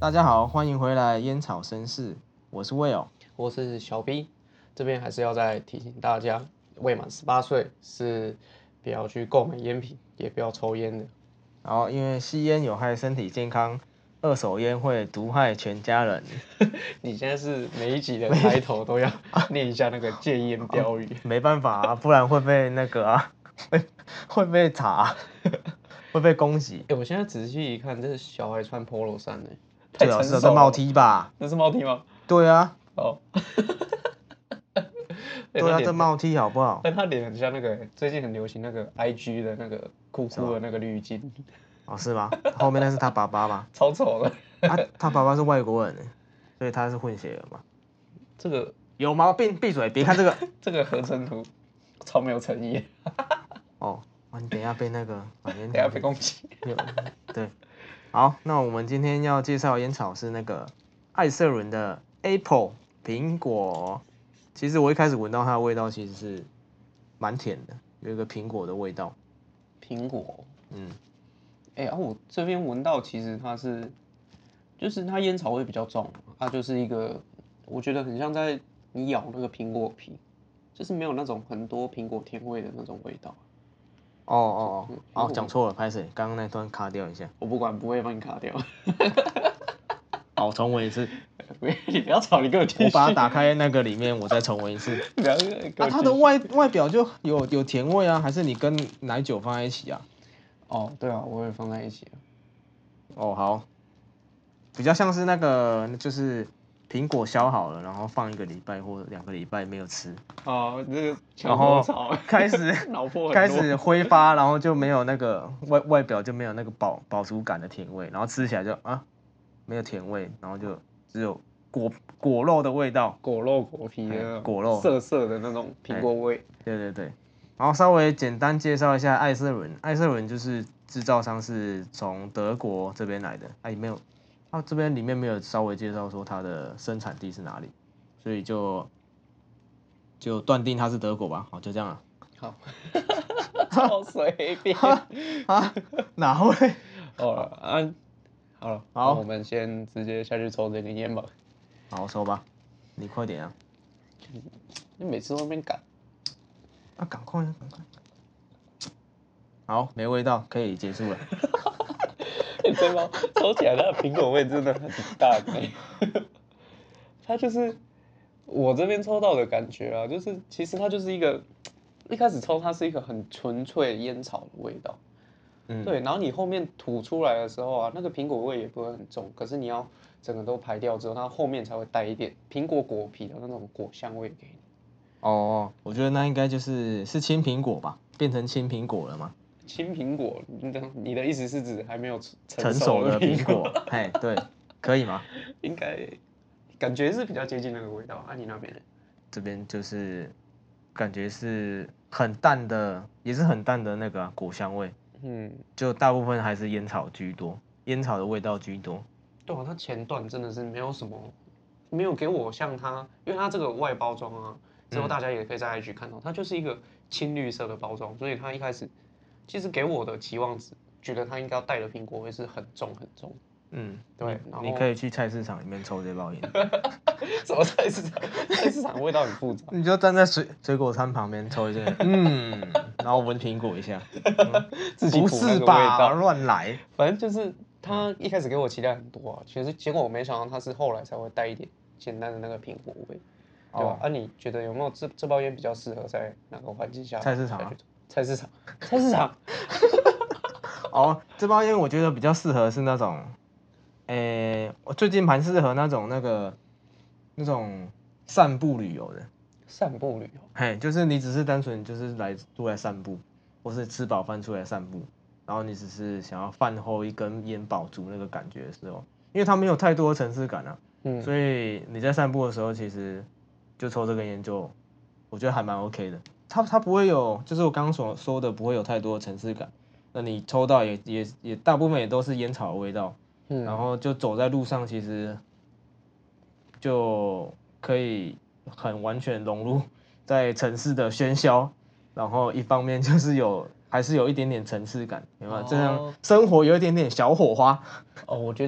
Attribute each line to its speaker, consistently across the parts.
Speaker 1: 大家好，欢迎回来烟草绅士，我是 Will，
Speaker 2: 我是小 B，这边还是要再提醒大家，未满18岁是不要去购买烟品，也不要抽烟的。
Speaker 1: 然后因为吸烟有害身体健康，二手烟会毒害全家人。
Speaker 2: 你现在是每一集的开头都要念一下那个戒烟标语，
Speaker 1: 没办法啊，不然会被那个啊，会被查，会被攻击。
Speaker 2: 我现在仔细一看，这是小孩穿 polo 衫呢，
Speaker 1: 最好是有在帽 T 吧？
Speaker 2: 那是帽 T 吗？
Speaker 1: 对啊，
Speaker 2: 哦，
Speaker 1: 对啊，这帽 T 好不好？
Speaker 2: 但他脸很像那个最近很流行那个 IG 的那个酷酷的那个滤镜。
Speaker 1: 哦，是吗？后面那是他爸爸吗？
Speaker 2: 超丑的。
Speaker 1: 他爸爸是外国人，所以他是混血儿嘛。
Speaker 2: 这个
Speaker 1: 有毛病，闭嘴！别看这个，
Speaker 2: 这个合成图超没有诚意。
Speaker 1: 哦，你等一下被那个
Speaker 2: 等一下被攻击。
Speaker 1: 对，好，那我们今天要介绍的烟草是那个艾瑟伦的 Apple 苹果。其实我一开始闻到它的味道，其实是蛮甜的，有一个苹果的味道。
Speaker 2: 苹果，我这边闻到，其实它是，就是它烟草味比较重，它就是一个，我觉得很像在你咬那个苹果皮，就是没有那种很多苹果甜味的那种味道。
Speaker 1: 哦，讲错了，拍谁？刚刚那段卡掉一下。
Speaker 2: 我不管，不会帮你卡掉。
Speaker 1: 好，重闻一次。
Speaker 2: 你不要吵，你给我继续。
Speaker 1: 我把它打开那个里面，我再重闻一次。它的外表就有甜味啊，还是你跟奶酒放在一起啊？
Speaker 2: 哦，对啊，我会放在一起。
Speaker 1: 哦，好，比较像是那个，就是苹果削好了，然后放1个礼拜或2个礼拜没有吃。
Speaker 2: 哦，这个
Speaker 1: 然后开始挥发，然后就没有那个外表就没有那个饱足感的甜味，然后吃起来就没有甜味，然后就只有果肉的味道，
Speaker 2: 果肉果皮的
Speaker 1: 果肉
Speaker 2: 涩涩的那种苹果味。
Speaker 1: 对，然后稍微简单介绍一下艾瑟伦，艾瑟伦就是制造商是从德国这边来的，没有，这边里面没有稍微介绍说它的生产地是哪里，所以就断定它是德国吧，好，就这样了。
Speaker 2: 好，超随便
Speaker 1: 哪会？
Speaker 2: 好了，好，我们先直接下去抽这根烟吧。
Speaker 1: 好，抽吧，你快点啊！
Speaker 2: 你每次都在那边赶。
Speaker 1: 赶快！好，没味道，可以结束了。
Speaker 2: 对吗？抽起来它的苹果味真的很大。它就是我这边抽到的感觉啊，就是其实它就是一个一开始抽它是一个很纯粹烟草的味道。对，然后你后面吐出来的时候啊，那个苹果味也不会很重，可是你要整个都排掉之后，它后面才会带一点苹果果皮的那种果香味给你。
Speaker 1: 哦，我觉得那应该是青苹果吧，变成青苹果了吗？
Speaker 2: 青苹果，你的意思是指还没有
Speaker 1: 成熟的苹果？嘿，对，可以吗？
Speaker 2: 应该感觉是比较接近那个味道。你那边呢？
Speaker 1: 这边就是感觉是很淡的，也是很淡的那个果香味。就大部分还是烟草居多，烟草的味道居多。
Speaker 2: 对啊，它前段真的是没有什么，没有给我像它，因为它这个外包装啊，之后大家也可以在 IG 看到，它就是一个青绿色的包装，所以它一开始其实给我的期望值，觉得它应该要带的苹果味是很重很重。对，然后
Speaker 1: 你可以去菜市场里面抽这包烟。
Speaker 2: 什么菜市场？菜市场味道很复杂。
Speaker 1: 你就站在水果摊旁边抽一根，然后闻苹果一下。不是吧？乱来。
Speaker 2: 反正就是他一开始给我期待很多啊，其实结果我没想到他是后来才会带一点简单的那个苹果味，对吧？你觉得有没有这包烟比较适合在哪个环境下？
Speaker 1: 菜市场。
Speaker 2: 菜市场。
Speaker 1: 这包烟我觉得比较适合是那种。我最近蛮适合那种散步旅游的。
Speaker 2: 散步旅
Speaker 1: 游，就是你只是单纯就是出来散步，或是吃饱饭出来散步，然后你只是想要饭后一根烟饱足那个感觉的时候，因为它没有太多的层次感啊，所以你在散步的时候其实就抽这根烟我觉得还蛮 OK 的。它不会有，就是我刚刚所说的不会有太多的层次感，那你抽到也大部分也都是烟草的味道。然后就走在路上，其实就可以很完全融入在城市的喧嚣，然后一方面就是还是有一点点层次感，有没有？这样生活有一点点小火花。
Speaker 2: 我觉得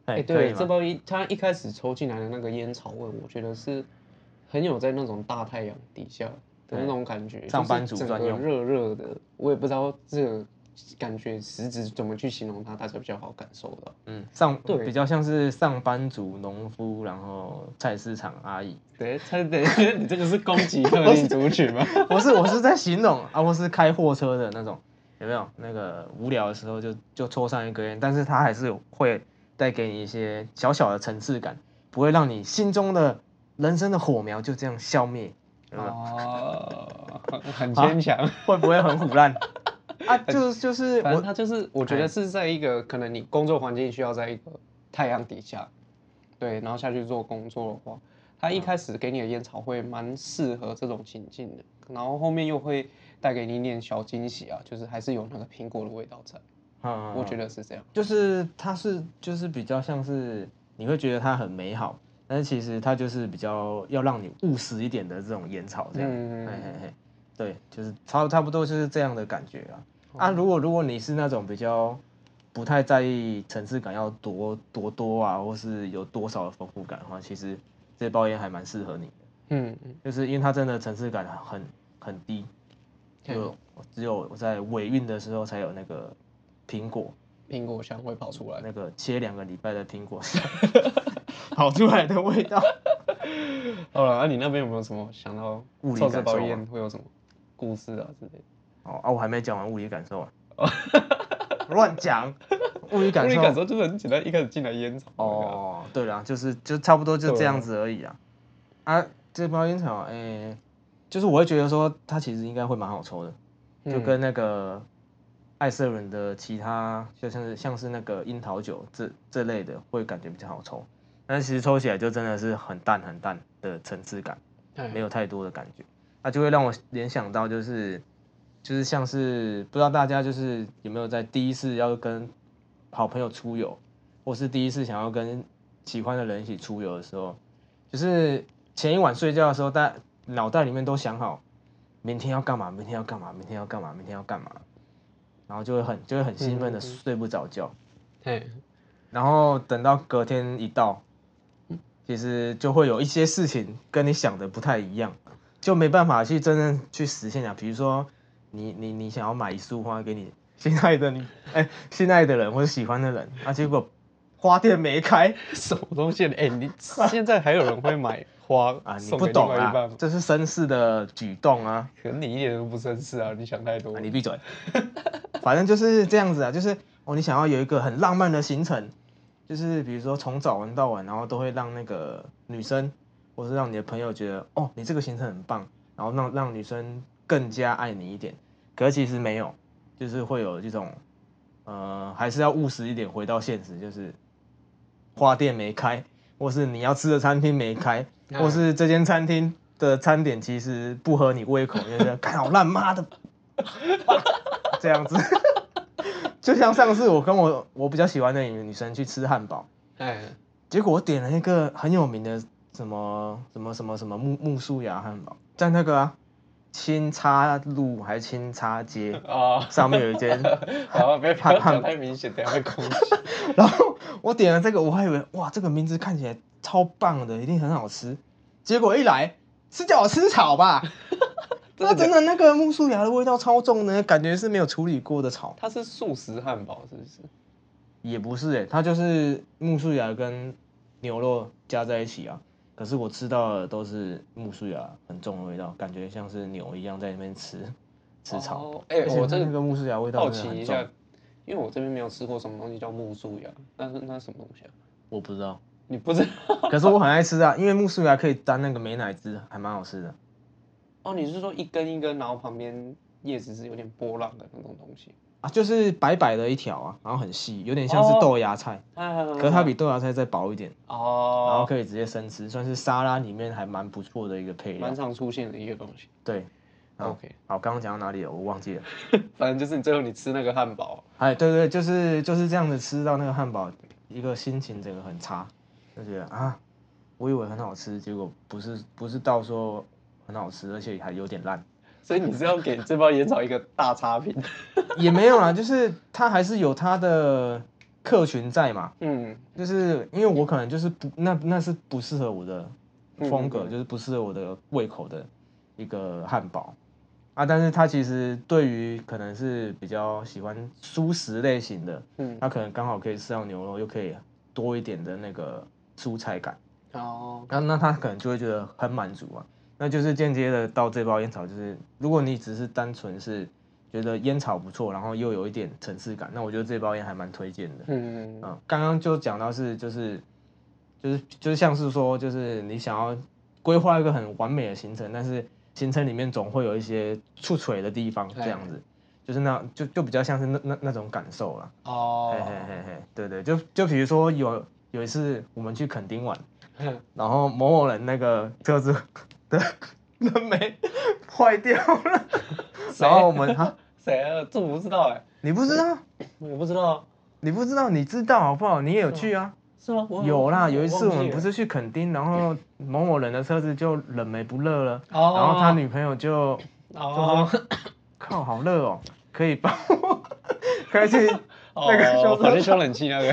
Speaker 2: 对，这包它一开始抽进来的那个烟草味，我觉得是很有在那种大太阳底下的那种感觉，
Speaker 1: 上班族专用，
Speaker 2: 热热的，我也不知道这个感觉实质怎么去形容它，大家比较好感受到。
Speaker 1: 对，比较像是上班族、农夫，然后菜市场阿姨。
Speaker 2: 对，你这个是攻击特定族群吗？
Speaker 1: 不是，我是在形容啊，或是开货车的那种，有没有？那个无聊的时候就抽上一根烟，但是它还是会带给你一些小小的层次感，不会让你心中的人生的火苗就这样消灭，有没有？
Speaker 2: 很牵强，
Speaker 1: 会不会很唬烂？啊，就是，
Speaker 2: 反正它就是，我觉得是在一个可能你工作环境需要在一个太阳底下，对，然后下去做工作的话，它一开始给你的烟草会蛮适合这种情境的，然后后面又会带给你一点小惊喜啊，就是还是有那个苹果的味道在，我觉得是这样，
Speaker 1: 就是它就是比较像是你会觉得它很美好，但是其实它就是比较要让你务实一点的这种烟草这样，对，就是差不多就是这样的感觉啊。如果你是那种比较不太在意层次感要多啊，或是有多少的丰富感的话，其实这包烟还蛮适合你的。就是因为它真的层次感很低，就只有我在尾韵的时候才有那个苹果
Speaker 2: 香会跑出来，
Speaker 1: 那个切2个礼拜的苹果香跑出来的味道。
Speaker 2: 好了，你那边有没有什么想到抽这包烟会有什么故事啊之类的？
Speaker 1: 我还没讲完物理感受啊。乱讲，物理感
Speaker 2: 受就是很简单，一开始进来烟草。
Speaker 1: 对啦，就差不多就这样子而已啊。这包烟草，就是我会觉得说它其实应该会蛮好抽的，就跟那个艾瑟伦的其他，就像是那个樱桃酒这类的，会感觉比较好抽。但其实抽起来就真的是很淡的层次感，没有太多的感觉，那就会让我联想到就是像是不知道大家就是有没有在第一次要跟好朋友出游，或是第一次想要跟喜欢的人一起出游的时候，就是前一晚睡觉的时候，大家脑袋里面都想好明天要干嘛，明天要干嘛，明天要干嘛，明天要干嘛，然后就会很兴奋的睡不着觉。然后等到隔天一到，其实就会有一些事情跟你想的不太一样，就没办法去真正去实现比如说你想要买一束花给你心爱的人或者喜欢的人，结果花店没开，
Speaker 2: 什么东西？你现在还有人会买花
Speaker 1: 你不懂啊，这是绅士的举动啊。
Speaker 2: 可能你一点都不绅士啊，你想太多。
Speaker 1: 你闭嘴。反正就是这样子啊，就是你想要有一个很浪漫的行程，就是比如说从早玩到晚，然后都会让那个女生或是让你的朋友觉得你这个行程很棒，然后让女生更加爱你一点。可是其实没有，就是会有这种还是要务实一点，回到现实，就是花店没开，或是你要吃的餐厅没开，或是这间餐厅的餐点其实不合你胃口，就是干好烂，妈的，这样子。就像上次我跟我比较喜欢的女生去吃汉堡，结果我点了一个很有名的什么木树芽汉堡，在那个清叉路还是清叉街上面有一间
Speaker 2: 汉堡，太明显，等下被攻击。
Speaker 1: 然后我点了这个，我还以为哇，这个名字看起来超棒的，一定很好吃。结果一来是叫我吃草吧。那真的那个木薯芽的味道超重的，感觉是没有处理过的草。
Speaker 2: 它是素食汉堡是不是？
Speaker 1: 也不是它就是木薯芽跟牛肉加在一起啊。可是我吃到的都是木薯芽很重的味道，感觉像是牛一样在那边吃草。
Speaker 2: 我这
Speaker 1: 那个木薯芽味道
Speaker 2: 好奇一下，因为我这边没有吃过什么东西叫木薯芽，那是什么东西啊？
Speaker 1: 我不知道，
Speaker 2: 你不知道？
Speaker 1: 可是我很爱吃啊，因为木薯芽可以沾那个美乃滋，还蛮好吃的。
Speaker 2: 你是说一根一根，然后旁边叶子是有点波浪的那种东西
Speaker 1: 就是白白的一条然后很细，有点像是豆芽菜，可是它比豆芽菜再薄一点然后可以直接生吃，算是沙拉里面还蛮不错的一个配料，
Speaker 2: 蛮常出现的一个东西。
Speaker 1: 对
Speaker 2: ，OK，
Speaker 1: 好，刚刚讲到哪里了？我忘记了。
Speaker 2: 反正就是你最后你吃那个汉堡，
Speaker 1: 对，就是这样子吃到那个汉堡，一个心情整个很差，就觉得我以为很好吃，结果不是到说很好吃，而且还有点烂。
Speaker 2: 所以你是要给这包烟草一个大差评？
Speaker 1: 也没有啦，就是它还是有它的客群在嘛，就是因为我可能就是那是不适合我的风格，就是不适合我的胃口的一个汉堡啊，但是它其实对于可能是比较喜欢蔬食类型的，它可能刚好可以吃到牛肉，又可以多一点的那个蔬菜感，那他可能就会觉得很满足啊，那就是间接的到这包烟草，就是如果你只是单纯是觉得烟草不错，然后又有一点层次感，那我觉得这包烟还蛮推荐的。刚刚就讲到就是像是说，就是你想要规划一个很完美的行程，但是行程里面总会有一些触垂的地方，这样子，就是就比较像是那种感受啦。对，就比如说有一次我们去垦丁玩，然后某人那个车子的人没坏掉了，然后我们
Speaker 2: 谁啊？这我不知道哎。
Speaker 1: 你不知道？
Speaker 2: 我不知道。
Speaker 1: 你不知道？你知道好不好？你也有去啊？
Speaker 2: 是吗？
Speaker 1: 有啦，有一次我们不是去垦丁，然后某人的车子就冷没不热了，然后他女朋友就说：“靠，好热哦，可以帮我开去那个
Speaker 2: 跑去修冷气那个。”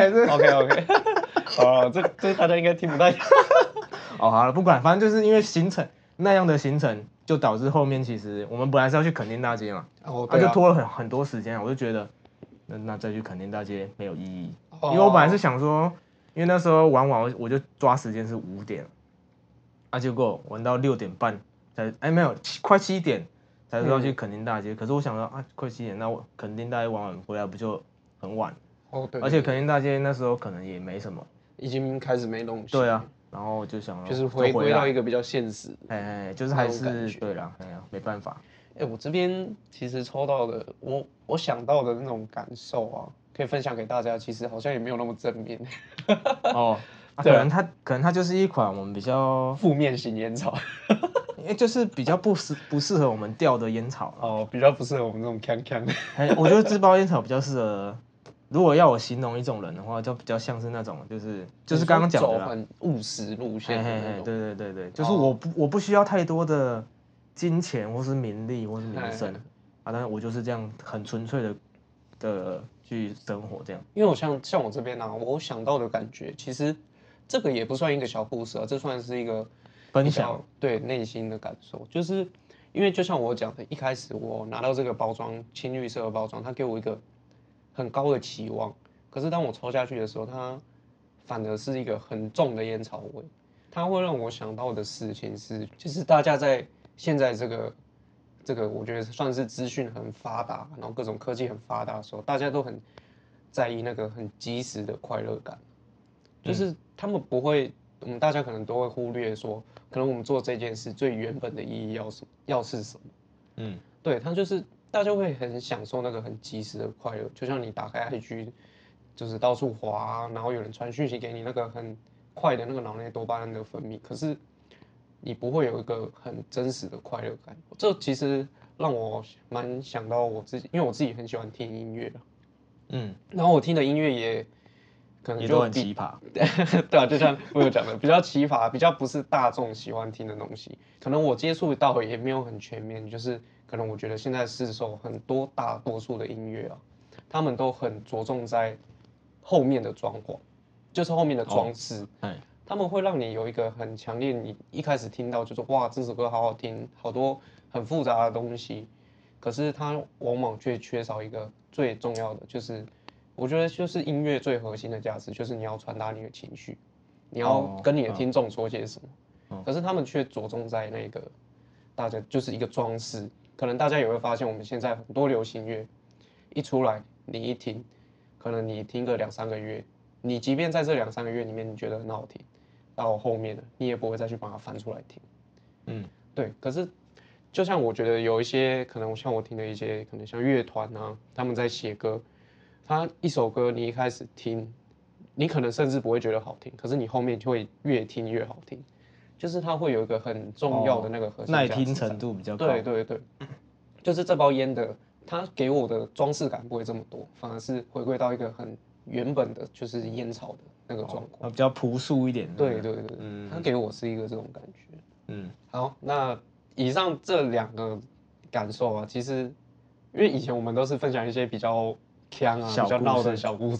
Speaker 2: OK， 这大家应该听不太懂。
Speaker 1: 好了，不管，反正就是因为那样的行程，就导致后面其实我们本来是要去垦丁大街嘛，就拖了很多时间，我就觉得那再去垦丁大街没有意义。因为我本来是想说，因为那时候玩完我就抓时间是5点，结果玩到6点半没有快7点才说要去垦丁大街。可是我想说快7点，那我垦丁大街玩完回来不就很晚？
Speaker 2: 对。
Speaker 1: 而且垦丁大街那时候可能也没什么，
Speaker 2: 已经开始没东西。
Speaker 1: 对啊，然后就想
Speaker 2: 就是回归到一个比较现实，
Speaker 1: 就是还是对啦，没办法。
Speaker 2: 我这边其实抽到的，我想到的那种感受啊，可以分享给大家。其实好像也没有那么正面。
Speaker 1: 可能它就是一款我们比较
Speaker 2: 负面型烟草，
Speaker 1: 因为就是比较不适合我们调的烟草。
Speaker 2: 比较不适合我们这种锵锵的。
Speaker 1: 我觉得这包烟草比较适合，如果要我形容一种人的话，就比较像是那种就是刚刚讲的
Speaker 2: 走很务实路线的那种。
Speaker 1: 对，就是我不需要太多的金钱或是名利或是名声但是我就是这样很纯粹的去生活这样。
Speaker 2: 因为我像我这边我想到的感觉，其实这个也不算一个小故事这算是一个
Speaker 1: 分享，
Speaker 2: 对内心的感受。就是因为就像我讲的，一开始我拿到这个包装青绿色的包装，它给我一个很高的期望，可是当我抽下去的时候，它反而是一个很重的烟草味。它会让我想到的事情是，就是大家在现在这个，我觉得算是资讯很发达，然后各种科技很发达的时候，大家都很在意那个很即时的快乐感，就是他们不会，我们大家可能都会忽略说，可能我们做这件事最原本的意义要是什么。对，它就是大家会很享受那个很即时的快乐，就像你打开 IG，就是到处滑，然后有人传讯息给你，那个很快的那个脑内多巴胺的分泌，可是你不会有一个很真实的快乐感。这其实让我蛮想到我自己，因为我自己很喜欢听音乐然后我听的音乐也可能
Speaker 1: 也都很奇葩，
Speaker 2: 对啊，就像我有讲的，比较奇葩，比较不是大众喜欢听的东西，可能我接触到也没有很全面，就是可能我觉得现在市售很多大多数的音乐他们都很着重在后面的装潢，就是后面的装饰，他们会让你有一个很强烈，你一开始听到就是哇，这首歌好好听，好多很复杂的东西，可是它往往却缺少一个最重要的，就是我觉得就是音乐最核心的价值，就是你要传达你的情绪，你要跟你的听众说些什么，可是他们却着重在那个大家就是一个装饰，可能大家也会发现我们现在很多流行乐一出来，你一听，可能你听个2-3个月，你即便在这2-3个月里面你觉得很好听，到后面的你也不会再去把它翻出来听。对。可是就像我觉得有一些可能像我听的一些可能像乐团他们在写歌，他一首歌你一开始听，你可能甚至不会觉得好听，可是你后面就会越听越好听，就是它会有一个很重要的那个核心
Speaker 1: 耐听程度比较高。
Speaker 2: 对，就是这包烟的，它给我的装饰感不会这么多，反而是回归到一个很原本的，就是烟草的那个状况，
Speaker 1: 比较朴素一点。
Speaker 2: 对，它给我是一个这种感觉。好，那以上这2个感受其实因为以前我们都是分享一些比较鏘比较闹的小故事，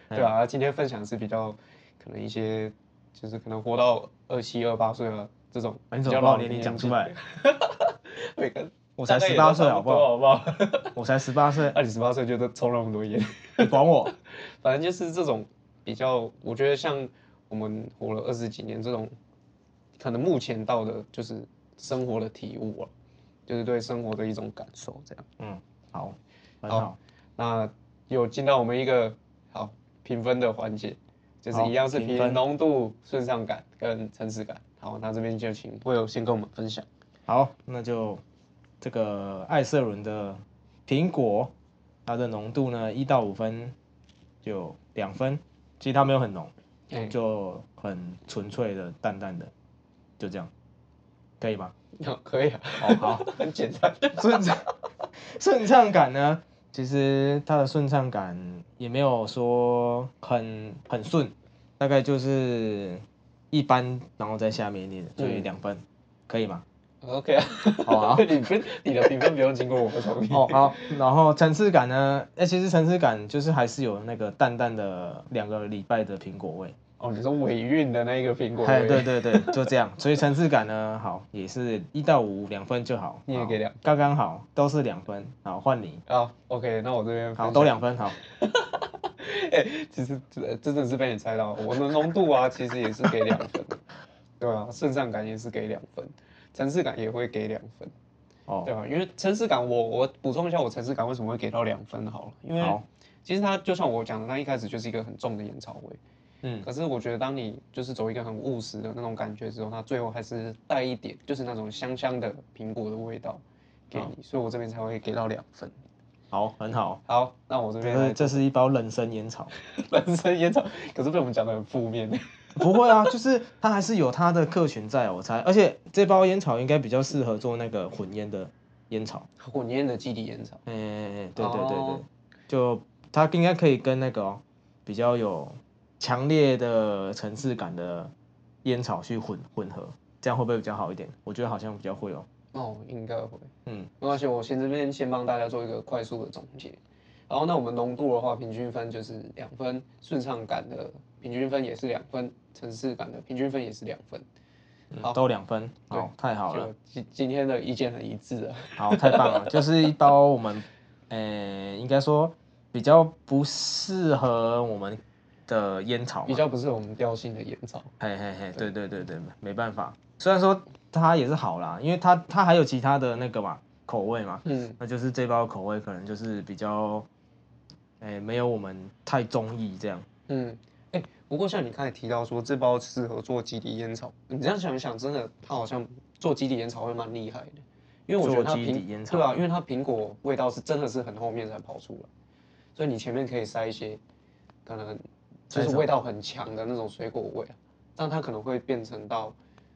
Speaker 2: 对啊，今天分享是比较可能一些，就是可能活到27、28岁了这种比较老的
Speaker 1: 年龄讲出来，
Speaker 2: 每个
Speaker 1: 我才18岁，好不好？
Speaker 2: 好不好？
Speaker 1: 我才18岁，
Speaker 2: 那你18岁就都抽那么多烟，
Speaker 1: 你管我？
Speaker 2: 反正就是这种比较，我觉得像我们活了20几年这种，可能目前到的就是生活的体悟啊，就是对生活的一种感受，这样。
Speaker 1: 好，很好。
Speaker 2: 那有进到我们一个好评分的环节，就是一样是评浓度、顺畅感跟层次感。好，那这边就请Will先跟我们分享。
Speaker 1: 好，那就这个艾瑟伦的苹果，它的浓度呢1到5分就2分，其实它没有很浓，就很纯粹的淡淡的，就这样，可以吗？
Speaker 2: 可以啊。好，很简单。
Speaker 1: 顺畅感呢？其实它的顺畅感也没有说很顺，大概就是一般，然后在下面一点，所以2分，可以吗
Speaker 2: ？OK 啊，好，你的评分不用经过我的同意。
Speaker 1: 好，然后层次感呢？其实层次感就是还是有那个淡淡的2个礼拜的苹果味。
Speaker 2: 你说尾韵的那个苹果味？
Speaker 1: 对，就这样。所以层次感呢，好，也是1到5，2分就好。
Speaker 2: 你也给2，
Speaker 1: 刚刚好，都是2分。好，换你。
Speaker 2: OK， 那我这边
Speaker 1: 好，都2分，好。
Speaker 2: 其实真的是被你猜到，我的浓度啊，其实也是给2分，对啊，顺畅感也是给2分，层次感也会给2分，对吧？因为层次感，我补充一下，我层次感为什么会给到2分好了，因为其实它就像我讲的，它一开始就是一个很重的烟草味。可是我觉得，当你就是走一个很务实的那种感觉之后，它最后还是带一点，就是那种香香的苹果的味道给你，所以我这边才会给到2分。
Speaker 1: 好，很好。
Speaker 2: 好，那我这边
Speaker 1: 这是一包人参烟草。
Speaker 2: 人参烟草，可是被我们讲的很负面。
Speaker 1: 不会啊，就是它还是有它的客群在，我猜。而且这包烟草应该比较适合做那个混烟的烟草。
Speaker 2: 混烟的基底烟草。
Speaker 1: 对，就它应该可以跟那个比较有强烈的层次感的烟草去混合，这样会不会比较好一点？我觉得好像比较会
Speaker 2: 应该会。没关系，我这边先帮大家做一个快速的总结。然后那我们浓度的话，平均分就是2分，顺畅感的平均分也是2分，层次感的平均分也是2分。
Speaker 1: 好，都2分，好，太好了。
Speaker 2: 今天的意见很一致啊。
Speaker 1: 好，太棒了，就是一包我们，应该说比较不适合我们的烟草，
Speaker 2: 比较不是我们调性的烟草。
Speaker 1: 对，没办法。虽然说它也是好啦，因为它还有其他的那个嘛口味嘛，那就是这包口味可能就是比较，没有我们太中意这样。
Speaker 2: 不过像你刚才提到说这包适合做基底烟草，你这样想一想，真的它好像做基底烟草会蛮厉害的，因为我觉得它对啊，因为它苹果味道是真的是很后面才跑出来，所以你前面可以塞一些可能就是味道很强的那种水果味，但它可能会变成到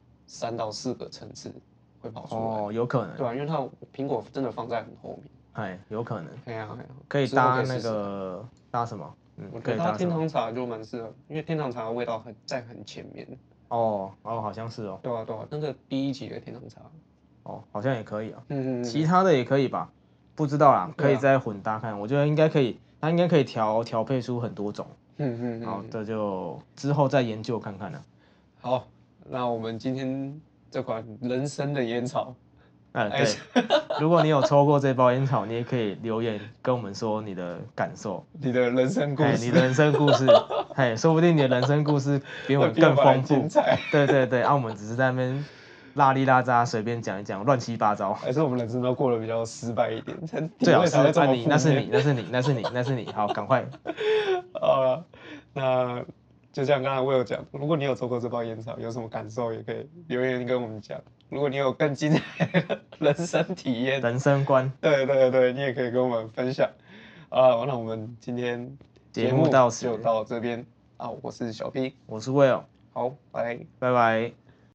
Speaker 2: 3到4个层次会跑出来。
Speaker 1: 有可能。
Speaker 2: 对啊，因为它苹果真的放在很后面。
Speaker 1: 有可能。
Speaker 2: 可
Speaker 1: 以搭那个搭什么？
Speaker 2: 我觉得它天堂茶就蛮适合，因为天堂茶的味道在很前面。
Speaker 1: 好像是
Speaker 2: 对啊，那个第1集的天堂茶。
Speaker 1: 好像也可以啊。其他的也可以吧？不知道啦，可以再混搭看。我觉得应该可以，它应该可以调配出很多种。好，这就之后再研究看看了。
Speaker 2: 好，那我们今天这款人参的烟草。
Speaker 1: 对，如果你有抽过这包烟草，你也可以留言跟我们说你的感受，
Speaker 2: 你的人生故事，
Speaker 1: 你的人生故事，说不定你的人生故事比我们更丰富。对，我们只是在那边拉里拉扎随便讲一讲，乱七八糟。
Speaker 2: 还是我们人生都过得比较失败一点，
Speaker 1: 最好是那是你，好，赶快。
Speaker 2: 好了，那就像刚才我有讲，如果你有抽过这包烟草，有什么感受也可以留言跟我们讲。如果你有更精彩的人生体验、
Speaker 1: 人生观，
Speaker 2: 对，你也可以跟我们分享。那我们今天
Speaker 1: 节目到此
Speaker 2: 就到这边啊，我是小 P，
Speaker 1: 我是 Will，
Speaker 2: 好，拜
Speaker 1: 拜。